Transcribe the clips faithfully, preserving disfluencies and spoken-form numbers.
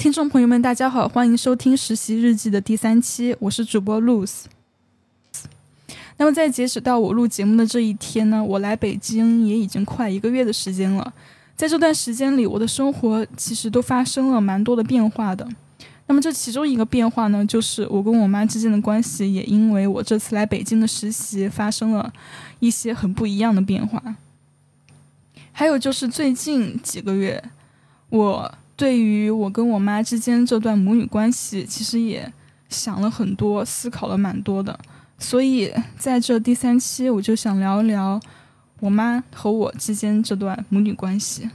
听众朋友们大家好，欢迎收听实习日记的第三期，我是主播 Luz。 那么在截止到我录节目的这一天呢，我来北京也已经快一个月的时间了。在这段时间里，我的生活其实都发生了蛮多的变化的。那么这其中一个变化呢，就是我跟我妈之间的关系也因为我这次来北京的实习发生了一些很不一样的变化。还有就是最近几个月，我对于我跟我妈之间这段母女关系其实也想了很多，思考了蛮多的。所以在这第三期我就想聊一聊我妈和我之间这段母女关系。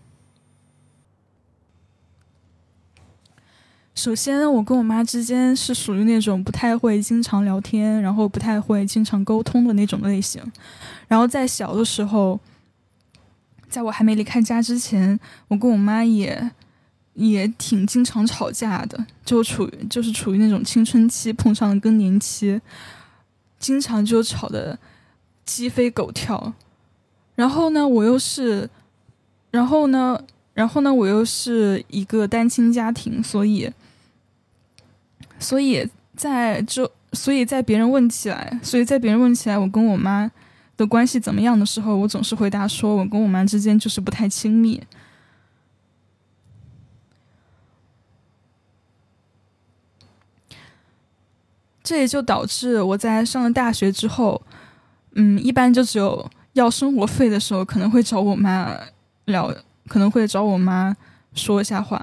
首先，我跟我妈之间是属于那种不太会经常聊天，然后不太会经常沟通的那种类型。然后在小的时候，在我还没离开家之前，我跟我妈也也挺经常吵架的，就处于就是处于那种青春期碰上了更年期，经常就吵得鸡飞狗跳。然后呢，我又是，然后呢，然后呢，我又是一个单亲家庭，所以，所以在这，所以在别人问起来，所以在别人问起来我跟我妈的关系怎么样的时候，我总是回答说我跟我妈之间就是不太亲密。这也就导致我在上了大学之后，嗯，一般就只有要生活费的时候，可能会找我妈聊，可能会找我妈说一下话。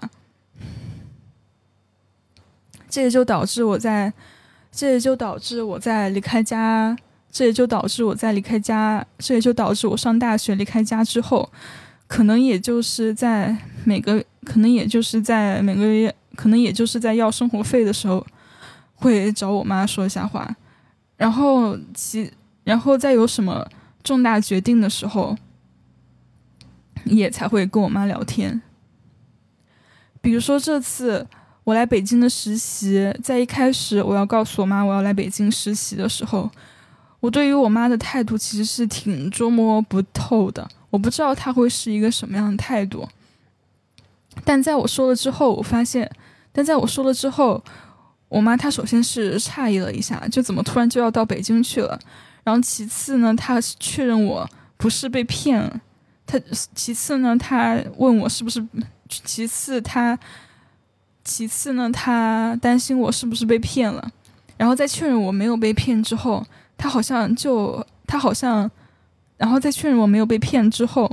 这也就导致我在，这也就导致我在离开家，这也就导致我在离开家，这也就导致我上大学离开家之后，可能也就是在每个，可能也就是在每个月，可能也就是在要生活费的时候，会找我妈说一下话，然后其然后再有什么重大决定的时候，也才会跟我妈聊天。比如说这次我来北京的实习，在一开始我要告诉我妈我要来北京实习的时候，我对于我妈的态度其实是挺捉摸不透的，我不知道她会是一个什么样的态度。但在我说了之后，我发现，但在我说了之后，我妈她首先是诧异了一下，就怎么突然就要到北京去了。然后其次呢，她确认我不是被骗了。她其次呢，她问我是不是，其次她，其次呢，她担心我是不是被骗了。然后在确认我没有被骗之后，她好像就，她好像，然后在确认我没有被骗之后，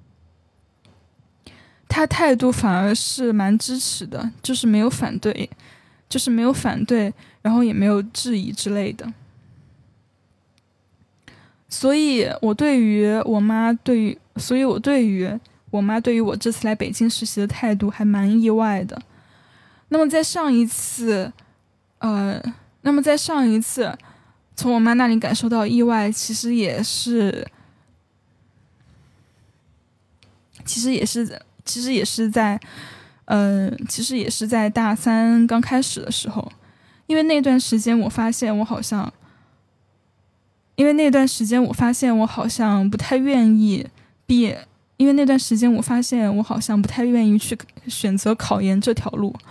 她态度反而是蛮支持的，就是没有反对。就是没有反对，然后也没有质疑之类的。所以我对于我妈对于，所以我对于我妈对于我这次来北京实习的态度还蛮意外的。那么在上一次，呃，那么在上一次从我妈那里感受到意外，其实也是，其实也是，其实也是在。呃，其实也是在大三刚开始的时候，因为那段时间我发现我好像，因为那段时间我发现我好像不太愿意毕业，因为那段时间我发现我好像不太愿意去选择考研这条路。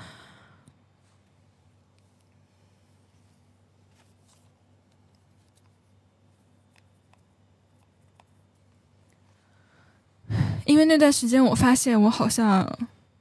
因为那段时间我发现我好像。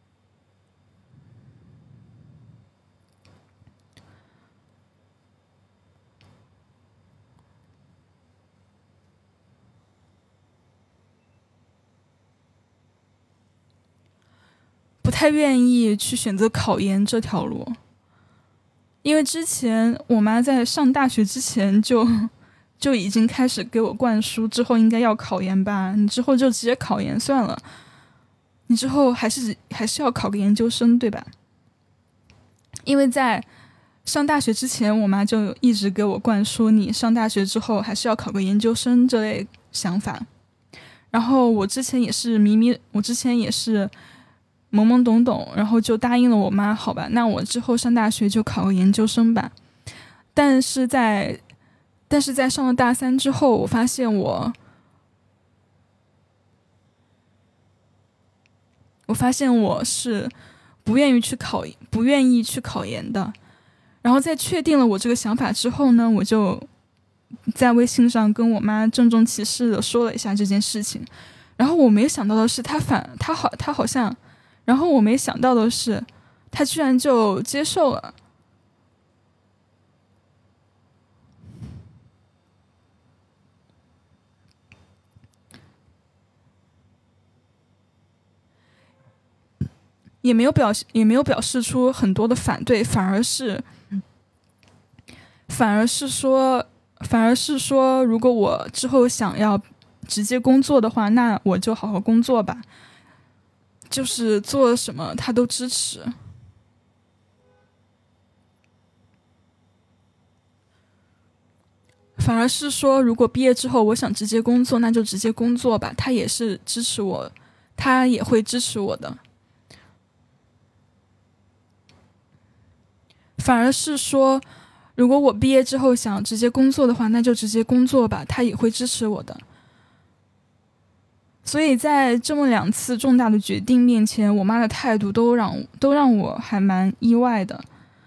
不太愿意去选择考研这条路，因为之前我妈在上大学之前就就已经开始给我灌输，之后应该要考研吧，你之后就直接考研算了，你之后还是还是要考个研究生，对吧？因为在上大学之前，我妈就一直给我灌输，你上大学之后还是要考个研究生这类想法。然后我之前也是迷迷，我之前也是。懵懵懂懂，然后就答应了我妈，好吧，那我之后上大学就考个研究生吧。但是在，但是在上了大三之后，我发现我，我发现我是不愿意去考不愿意去考研的。然后在确定了我这个想法之后呢，我就在微信上跟我妈郑重其事的说了一下这件事情。然后我没想到的是他反他好他好像然后我没想到的是他居然就接受了。也没有表也没有表示出很多的反对，反而是反而是说反而是说如果我之后想要直接工作的话，那我就好好工作吧，就是做什么他都支持。反而是说如果毕业之后我想直接工作，那就直接工作吧，他也是支持我，他也会支持我的。反而是说如果我毕业之后想直接工作的话，那就直接工作吧，他也会支持我的。所以在这么两次重大的决定面前，我妈的态度都让都让我还蛮意外的。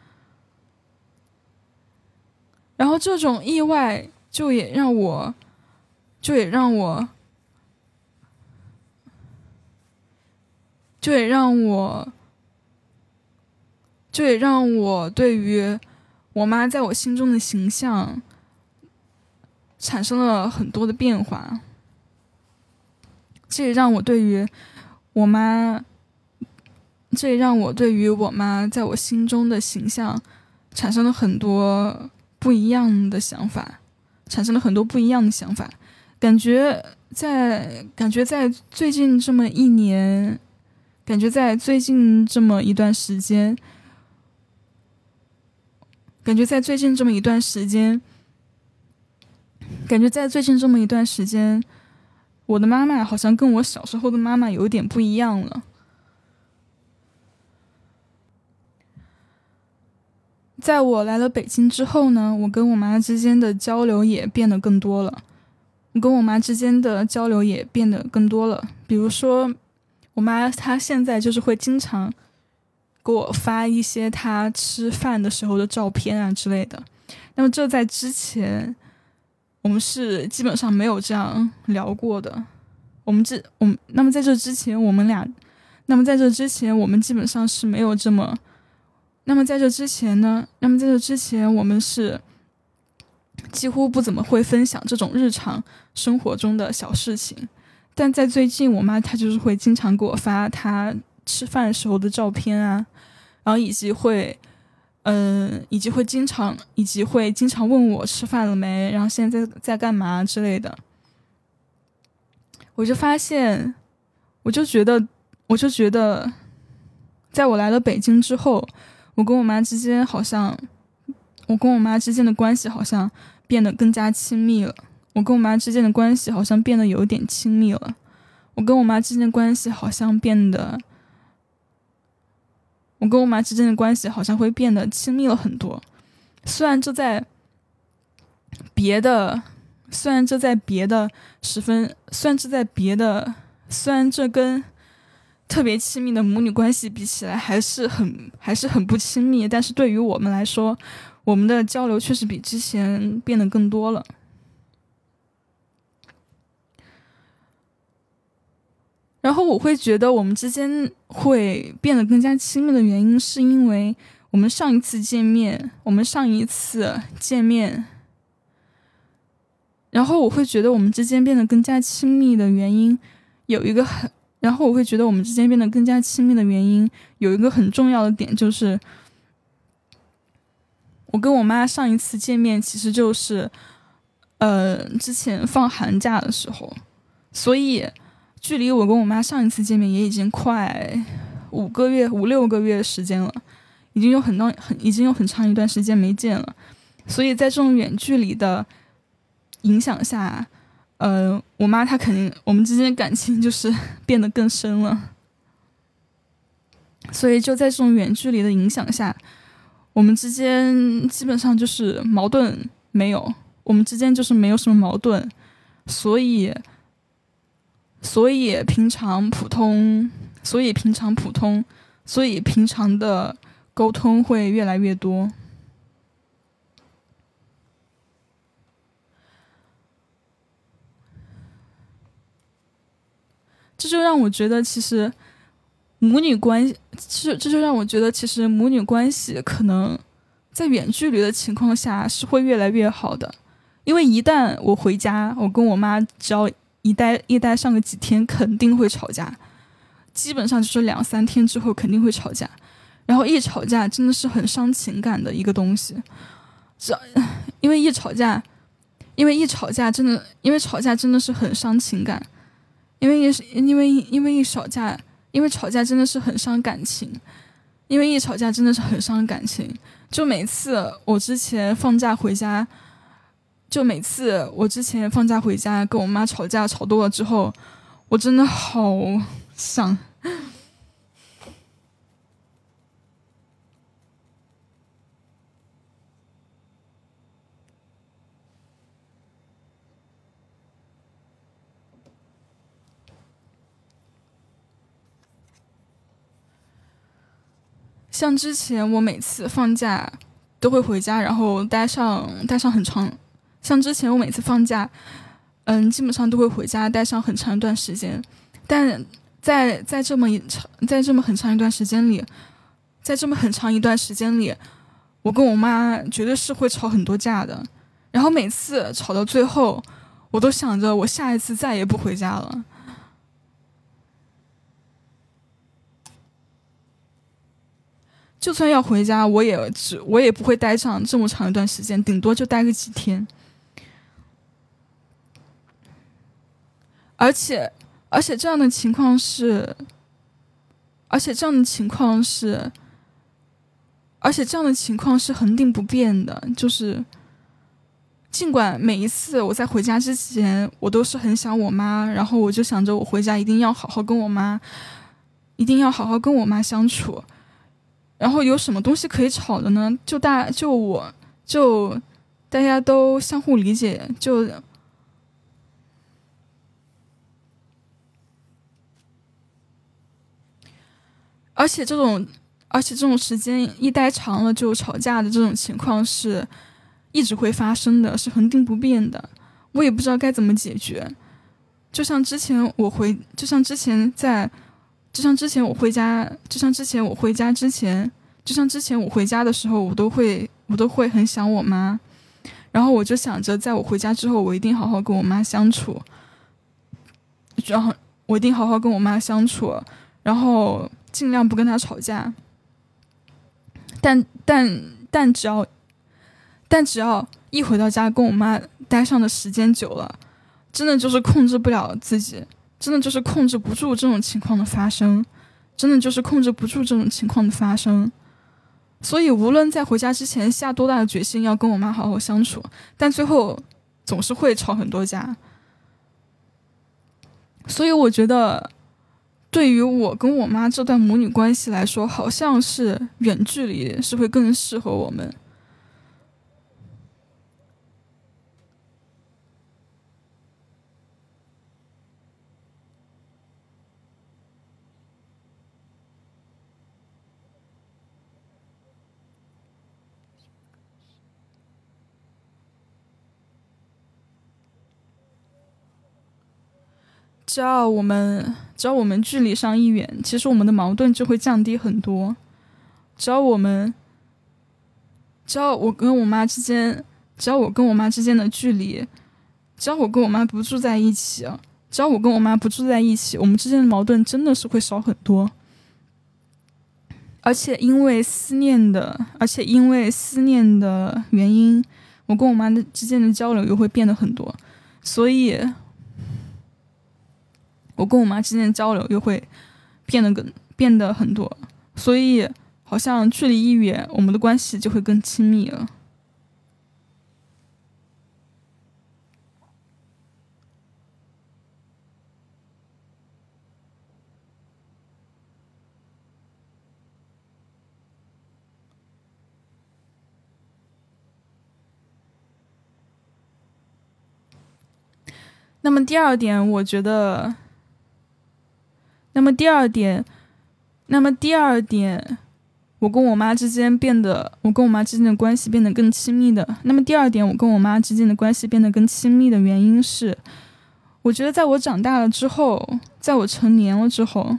然后这种意外就也让我就也让我就也让我就也让我对于我妈在我心中的形象产生了很多的变化。这也让我对于我妈这也让我对于我妈在我心中的形象产生了很多不一样的想法，产生了很多不一样的想法。感觉在感觉在最近这么一年，感觉在最近这么一段时间，感觉在最近这么一段时间，感觉在最近这么一段时间，我的妈妈好像跟我小时候的妈妈有点不一样了。在我来了北京之后呢，我跟我妈之间的交流也变得更多了。我跟我妈之间的交流也变得更多了。比如说，我妈她现在就是会经常给我发一些她吃饭的时候的照片啊之类的。那么这在之前，我们是基本上没有这样聊过的。我们这我们那么在这之前，我们俩，那么在这之前，我们基本上是没有这么。那么在这之前呢？那么在这之前，我们是几乎不怎么会分享这种日常生活中的小事情。但在最近，我妈她就是会经常给我发她吃饭时候的照片啊，然后以及会，嗯、呃，以及会经常，以及会经常问我吃饭了没，然后现在在在干嘛之类的。我就发现，我就觉得，我就觉得，在我来了北京之后。我跟我妈之间好像，我跟我妈之间的关系好像变得更加亲密了。我跟我妈之间的关系好像变得有点亲密了。我跟我妈之间的关系好像变得，我跟我妈之间的关系好像会变得亲密了很多。虽然这在别的，虽然这在别的十分，虽然这在别的，虽然这跟。特别亲密的母女关系比起来还是很还是很不亲密，但是对于我们来说，我们的交流确实比之前变得更多了。然后我会觉得我们之间会变得更加亲密的原因，是因为我们上一次见面，我们上一次见面，然后我会觉得我们之间变得更加亲密的原因有一个很。然后我会觉得我们之间变得更加亲密的原因有一个很重要的点，就是我跟我妈上一次见面其实就是呃之前放寒假的时候，所以距离我跟我妈上一次见面也已经快五个月五六个月时间了，已经有很长很已经有很长一段时间没见了。所以在这种远距离的影响下，呃，我妈她肯定，我们之间的感情就是变得更深了。所以就在这种远距离的影响下，我们之间基本上就是矛盾没有，我们之间就是没有什么矛盾，所以，所以平常普通，所以平常普通所以平常的沟通会越来越多。这就让我觉得，其实母女关系，这这就让我觉得，其实母女关系可能在远距离的情况下是会越来越好的。因为一旦我回家，我跟我妈只要一待一待上个几天，肯定会吵架，基本上就是两三天之后肯定会吵架。然后一吵架真的是很伤情感的一个东西，这因为一吵架，因为一吵架真的，因为吵架真的是很伤情感。因为因为因为一吵架，因为吵架真的是很伤感情，因为一吵架真的是很伤感情。就每次我之前放假回家，就每次我之前放假回家跟我妈吵架吵多了之后，我真的好想。像之前我每次放假都会回家，然后待上待上很长。像之前我每次放假，嗯，基本上都会回家待上很长一段时间。但在在这么一长，在这么很长一段时间里，在这么很长一段时间里，我跟我妈绝对是会吵很多架的。然后每次吵到最后，我都想着我下一次再也不回家了。就算要回家，我也只我也不会待上这么长一段时间，顶多就待个几天。而且，而且这样的情况是，而且这样的情况是，而且这样的情况是恒定不变的。就是尽管每一次我在回家之前，我都是很想我妈，然后我就想着我回家一定要好好跟我妈，一定要好好跟我妈相处。然后有什么东西可以吵的呢？就大就我就大家都相互理解，就而且这种而且这种时间一待长了就吵架的这种情况是一直会发生的，是恒定不变的。我也不知道该怎么解决。就像之前我回，就像之前在。就像之前我回家，就像之前我回家之前，就像之前我回家的时候，我都会，我都会很想我妈，然后我就想着，在我回家之后，我一定好好跟我妈相处，然后我一定好好跟我妈相处，然后尽量不跟她吵架。但但但只要，但只要一回到家跟我妈待上的时间久了，真的就是控制不了自己。真的就是控制不住这种情况的发生，真的就是控制不住这种情况的发生。所以无论在回家之前下多大的决心要跟我妈好好相处，但最后总是会吵很多架。所以我觉得对于我跟我妈这段母女关系来说，好像是远距离是会更适合我们。只要我们只要我们距离上一远，其实我们的矛盾就会降低很多。只要我们只要我跟我妈之间，只要我跟我妈之间的距离，只要我跟我妈不住在一起，只要我跟我妈不住在一起，我们之间的矛盾真的是会少很多。而且因为思念的，而且因为思念的原因，我跟我妈的之间的交流又会变得很多，所以我跟我妈之间的交流又会变得更变得很多，所以好像距离一远，我们的关系就会更亲密了。那么第二点，我觉得，那么第二点， 那么第二点，我跟我妈之间变得，我跟我妈之间的关系变得更亲密的。那么第二点，我跟我妈之间的关系变得更亲密的原因是，我觉得在我长大了之后，在我成年了之后，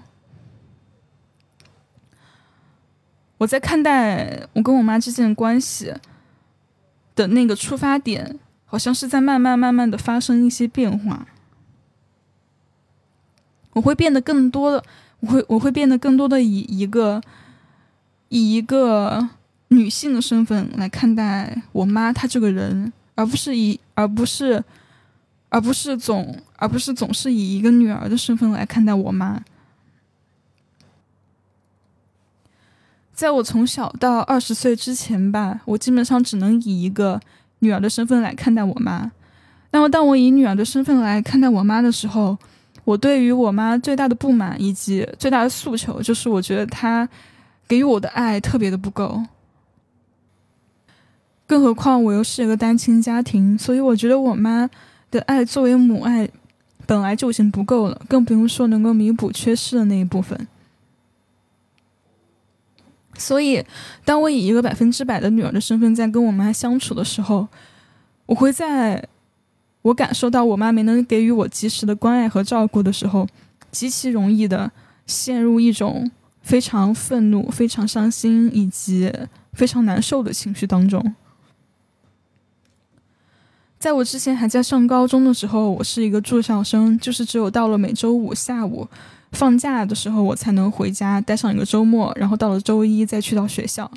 我在看待我跟我妈之间的关系的那个出发点，好像是在慢慢慢慢的发生一些变化。我会变得更多的，我会我会变得更多的以一个以一个女性的身份来看待我妈她这个人，而不是以而不是而不是总而不是总是以一个女儿的身份来看待我妈。在我从小到二十岁之前吧，我基本上只能以一个女儿的身份来看待我妈。那么当我以女儿的身份来看待我妈的时候，我对于我妈最大的不满以及最大的诉求，就是我觉得她给予我的爱特别的不够。更何况我又是一个单亲家庭，所以我觉得我妈的爱作为母爱本来就已经不够了，更不用说能够弥补缺失的那一部分。所以当我以一个百分之百的女儿的身份在跟我妈相处的时候，我会在我感受到我妈没能给予我及时的关爱和照顾的时候，极其容易的陷入一种非常愤怒、非常伤心以及非常难受的情绪当中。在我之前还在上高中的时候，我是一个住校生，就是只有到了每周五下午放假的时候，我才能回家待上一个周末，然后到了周一再去到学校。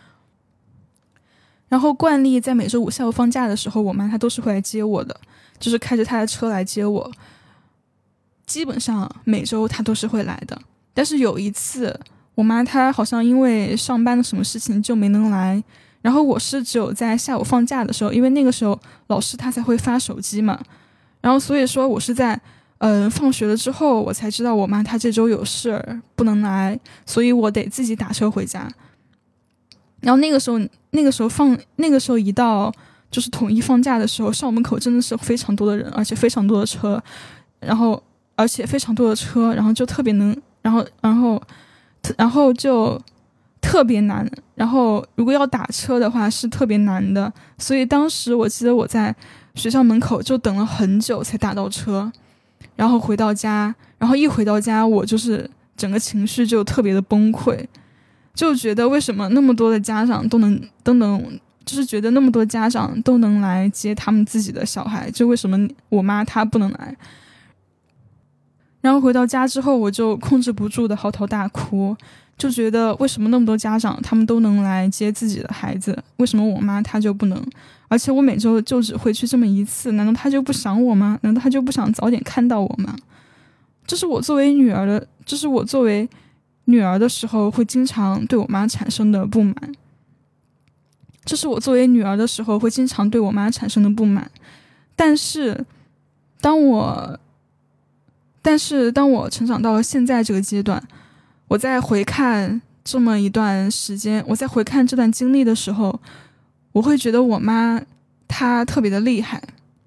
然后惯例在每周五下午放假的时候，我妈她都是会来接我的，就是开着她的车来接我，基本上每周她都是会来的。但是有一次我妈她好像因为上班的什么事情就没能来，然后我是只有在下午放假的时候，因为那个时候老师他才会发手机嘛，然后所以说我是在嗯、呃、放学了之后我才知道我妈她这周有事不能来，所以我得自己打车回家。然后那个时候那个时候放那个时候一到就是统一放假的时候，校门口真的是非常多的人，而且非常多的车，然后而且非常多的车，然后就特别能然后然后然后就特别难，然后如果要打车的话是特别难的，所以当时我记得我在学校门口就等了很久才打到车，然后回到家，然后一回到家我就是整个情绪就特别的崩溃，就觉得为什么那么多的家长都能都能就是觉得那么多家长都能来接他们自己的小孩，就为什么我妈她不能来。然后回到家之后我就控制不住的嚎啕大哭，就觉得为什么那么多家长他们都能来接自己的孩子，为什么我妈她就不能？而且我每周就只会去这么一次，难道她就不想我吗？难道她就不想早点看到我吗？这是我作为女儿的这是我作为女儿的时候会经常对我妈产生的不满，这是我作为女儿的时候会经常对我妈产生的不满。但是当我但是当我成长到了现在这个阶段，我在回看这么一段时间，我在回看这段经历的时候，我会觉得我妈她特别的厉害。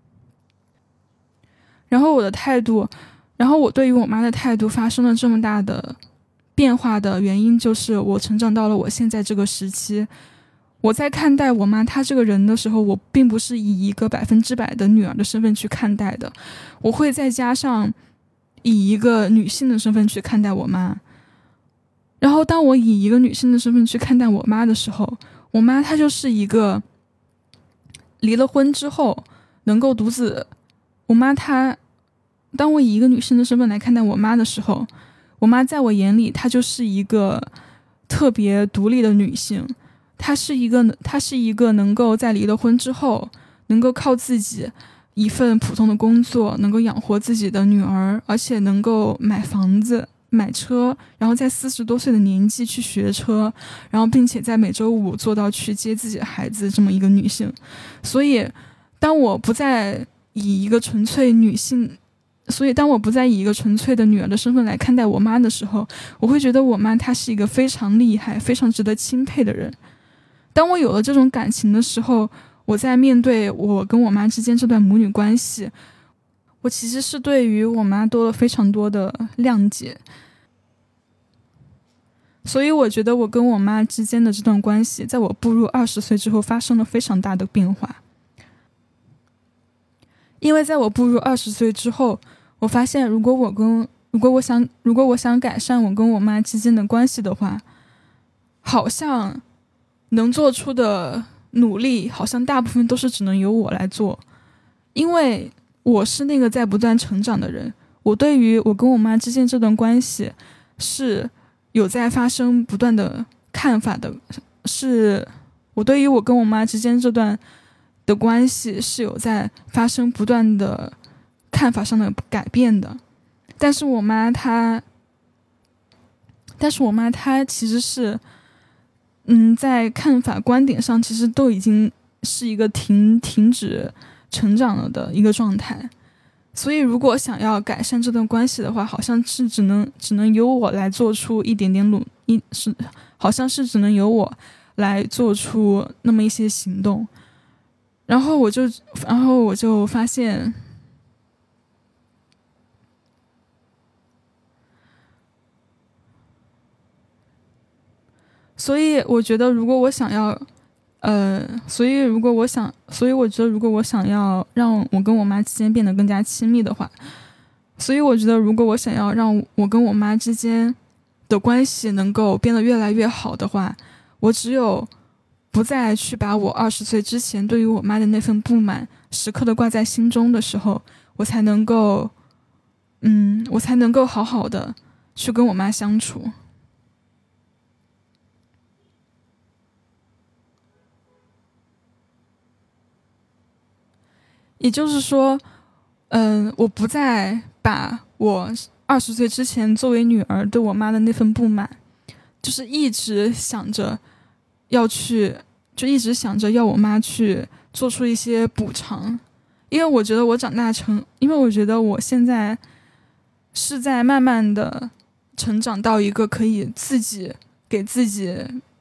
然后我的态度，然后我对于我妈的态度发生了这么大的变化的原因，就是我成长到了我现在这个时期，我在看待我妈她这个人的时候，我并不是以一个百分之百的女儿的身份去看待的，我会再加上以一个女性的身份去看待我妈。然后当我以一个女性的身份去看待我妈的时候，我妈她就是一个离了婚之后能够独自我妈她当我以一个女性的身份来看待我妈的时候，我妈在我眼里她就是一个特别独立的女性，她是一个她是一个能够在离了婚之后能够靠自己一份普通的工作能够养活自己的女儿，而且能够买房子买车，然后在四十多岁的年纪去学车，然后并且在每周五做到去接自己的孩子这么一个女性。所以当我不再以一个纯粹女性所以当我不再以一个纯粹的女儿的身份来看待我妈的时候，我会觉得我妈她是一个非常厉害非常值得钦佩的人。当我有了这种感情的时候，我在面对我跟我妈之间这段母女关系，我其实是对于我妈多了非常多的谅解。 所以我觉得我跟我妈之间的这段关系，在我步入二十岁之后发生了非常大的变化。因为在我步入二十岁之后，我发现如果我跟如果我想如果我想改善我跟我妈之间的关系的话，好像能做出的努力好像大部分都是只能由我来做。因为我是那个在不断成长的人，我对于我跟我妈之间这段关系是有在发生不断的看法的，是我对于我跟我妈之间这段的关系是有在发生不断的看法上的改变的。但是我妈她但是我妈她其实是嗯，在看法观点上其实都已经是一个停停止成长了的一个状态。所以如果想要改善这段关系的话，好像是只能只能由我来做出一点点努一是好像是只能由我来做出那么一些行动。然后我就然后我就发现所以我觉得如果我想要呃，所以如果我想，所以我觉得如果我想要让我跟我妈之间变得更加亲密的话，所以我觉得如果我想要让我跟我妈之间的关系能够变得越来越好的话，我只有不再去把我二十岁之前对于我妈的那份不满时刻的挂在心中的时候，我才能够，嗯，我才能够好好的去跟我妈相处。也就是说，嗯、呃，我不再把我二十岁之前作为女儿对我妈的那份不满，就是一直想着要去，就一直想着要我妈去做出一些补偿。因为我觉得我长大成，因为我觉得我现在是在慢慢的成长到一个可以自己给自己，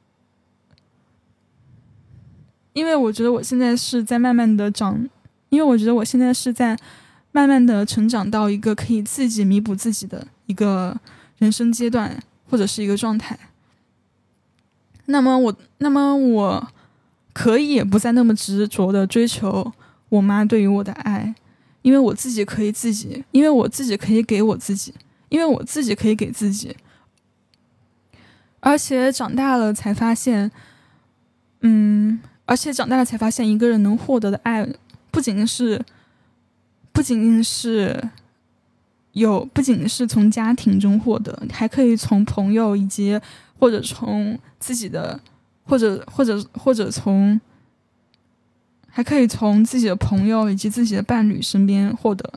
因为我觉得我现在是在慢慢的长。因为我觉得我现在是在慢慢的成长到一个可以自己弥补自己的一个人生阶段或者是一个状态。那么我那么我可以不再那么执着的追求我妈对于我的爱，因为我自己可以自己因为我自己可以给我自己因为我自己可以给自己。而且长大了才发现嗯而且长大了才发现一个人能获得的爱不仅是不仅是有不仅是从家庭中获得，还可以从朋友以及或者从自己的或者或者或者从还可以从自己的朋友以及自己的伴侣身边获得。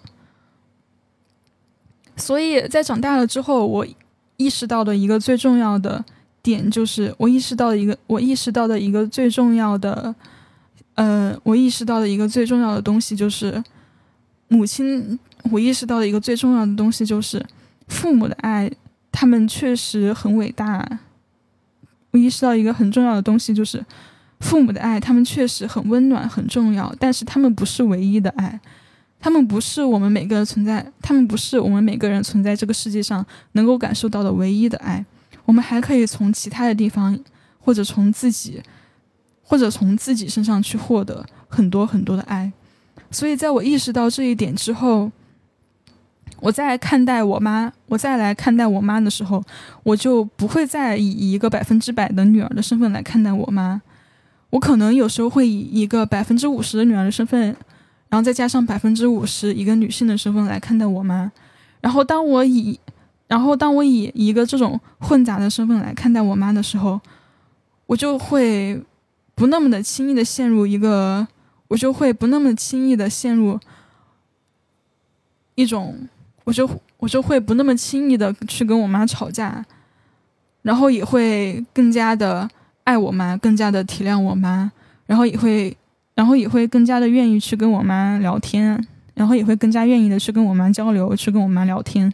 所以在长大了之后，我意识到的一个最重要的点就是我意识到的一个我意识到的一个最重要的呃，我意识到的一个最重要的东西就是母亲，我意识到的一个最重要的东西就是父母的爱，他们确实很伟大。我意识到一个很重要的东西就是父母的爱，他们确实很温暖很重要，但是他们不是唯一的爱，他们不是我们每个人存在他们不是我们每个人存在这个世界上能够感受到的唯一的爱。我们还可以从其他的地方或者从自己或者从自己身上去获得很多很多的爱。所以在我意识到这一点之后，我再看待我妈我再来看待我妈的时候，我就不会再以一个百分之百的女儿的身份来看待我妈。我可能有时候会以一个百分之五十的女儿的身份，然后再加上百分之五十一个女性的身份来看待我妈。然后当我以然后当我以一个这种混杂的身份来看待我妈的时候，我就会不那么的轻易的陷入一个我就会不那么轻易的陷入一种我就我就会不那么轻易的去跟我妈吵架，然后也会更加的爱我妈，更加的体谅我妈，然后也会然后也会更加的愿意去跟我妈聊天，然后也会更加愿意的去跟我妈交流，去跟我妈聊天。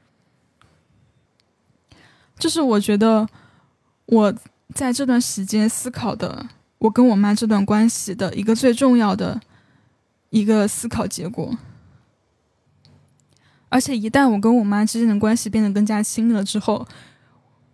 这是我觉得我在这段时间思考的我跟我妈这段关系的一个最重要的一个思考结果。而且一旦我跟我妈之间的关系变得更加亲密了之后，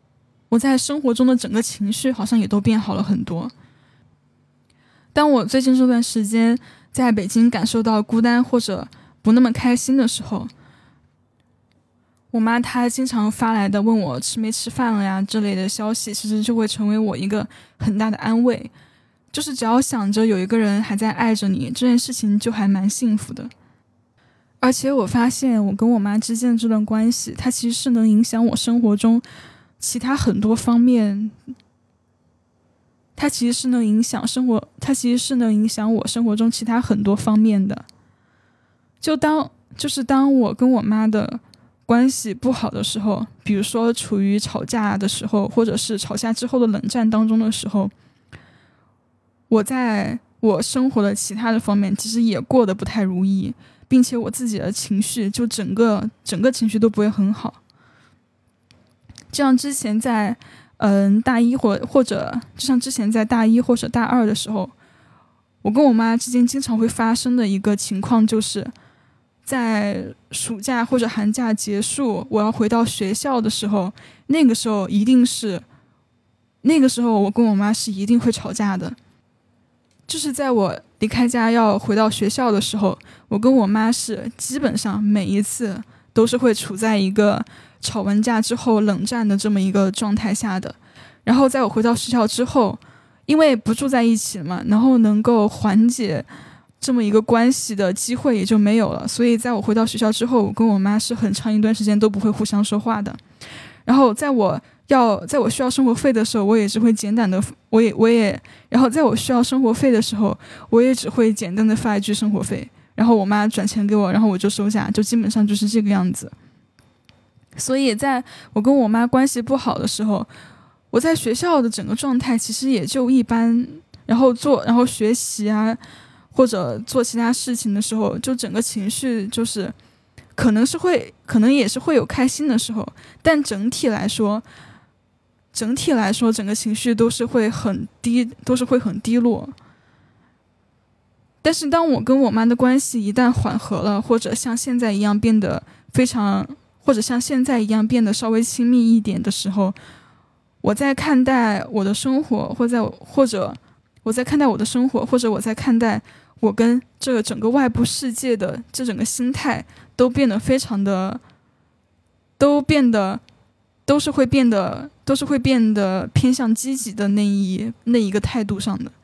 我在生活中的整个情绪好像也都变好了很多。当我最近这段时间在北京感受到孤单或者不那么开心的时候，我妈她经常发来的问我吃没吃饭了呀之类的消息，其实就会成为我一个很大的安慰，就是只要想着有一个人还在爱着你，这件事情就还蛮幸福的。而且我发现我跟我妈之间的这段关系，它其实是能影响我生活中其他很多方面，它其实是能影响生活，它其实是能影响我生活中其他很多方面的。就当就是当我跟我妈的关系不好的时候，比如说处于吵架的时候，或者是吵架之后的冷战当中的时候，我在我生活的其他的方面其实也过得不太如意，并且我自己的情绪就整个整个情绪都不会很好。这样之前在嗯大一或或者就像之前在大一或者大二的时候，我跟我妈之间经常会发生的一个情况，就是在暑假或者寒假结束我要回到学校的时候，那个时候一定是那个时候我跟我妈是一定会吵架的。就是在我离开家要回到学校的时候，我跟我妈是基本上每一次都是会处在一个吵完架之后冷战的这么一个状态下的。然后在我回到学校之后，因为不住在一起嘛，然后能够缓解这么一个关系的机会也就没有了，所以在我回到学校之后，我跟我妈是很长一段时间都不会互相说话的。然后在我要在我需要生活费的时候，我也只会简短的我也我也然后在我需要生活费的时候，我也只会简单的发一句生活费，然后我妈转钱给我，然后我就收下，就基本上就是这个样子。所以在我跟我妈关系不好的时候，我在学校的整个状态其实也就一般，然后做然后学习啊或者做其他事情的时候，就整个情绪就是可能是会可能也是会有开心的时候，但整体来说整体来说整个情绪都是会很低都是会很低落。但是当我跟我妈的关系一旦缓和了，或者像现在一样变得非常或者像现在一样变得稍微亲密一点的时候，我在看待我的生活，或在或者我在看待我的生活，或者我在看待我跟这个整个外部世界的这整个心态，都变得非常的，都变得，都是会变得，都是会变得偏向积极的那一那一个态度上的。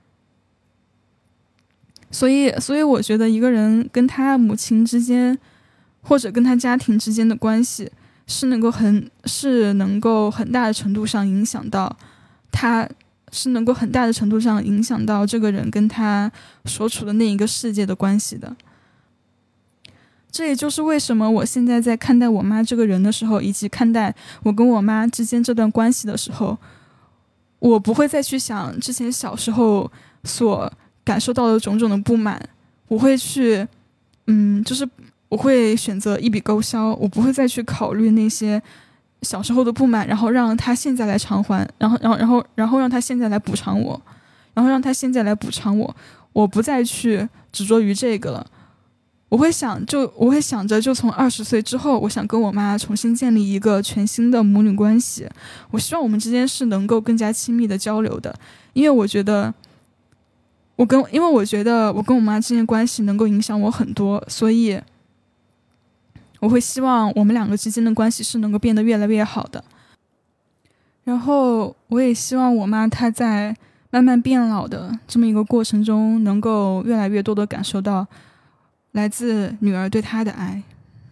所以，所以我觉得一个人跟他母亲之间，或者跟他家庭之间的关系，是能够很是能够很大的程度上影响到他。是能够很大的程度上影响到这个人跟他所处的那一个世界的关系的。这也就是为什么我现在在看待我妈这个人的时候，以及看待我跟我妈之间这段关系的时候，我不会再去想之前小时候所感受到的种种的不满，我会去嗯，就是我会选择一笔勾销，我不会再去考虑那些小时候的不满，然后让他现在来偿还，然后然后然后然后让他现在来补偿我，然后让他现在来补偿我，我不再去执着于这个了。我会想就我会想着就从二十岁之后，我想跟我妈重新建立一个全新的母女关系。我希望我们之间是能够更加亲密的交流的，因为我觉得我跟因为我觉得我跟我妈之间关系能够影响我很多，所以我会希望我们两个之间的关系是能够变得越来越好的。然后我也希望我妈她在慢慢变老的这么一个过程中，能够越来越多的感受到来自女儿对她的爱。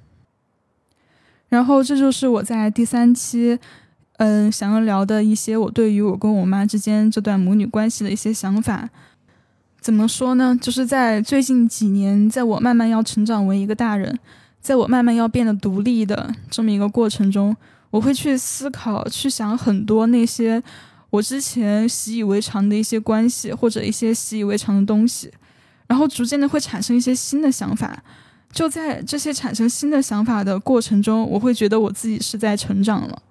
然后这就是我在第三期嗯，想要聊的一些我对于我跟我妈之间这段母女关系的一些想法。怎么说呢，就是在最近几年，在我慢慢要成长为一个大人，在我慢慢要变得独立的这么一个过程中，我会去思考去想很多那些我之前习以为常的一些关系，或者一些习以为常的东西，然后逐渐的会产生一些新的想法。就在这些产生新的想法的过程中，我会觉得我自己是在成长了，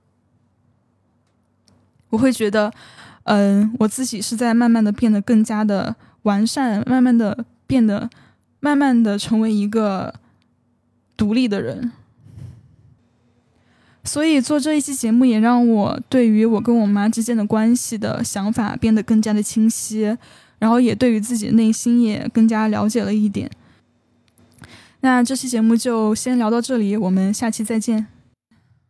我会觉得嗯，我自己是在慢慢的变得更加的完善，慢慢的变得慢慢的成为一个独立的人。 所以做这一期节目也让我对于我跟我妈之间的关系的想法变得更加的清晰，然后也对于自己的内心也更加了解了一点。那这期节目就先聊到这里，我们下期再见。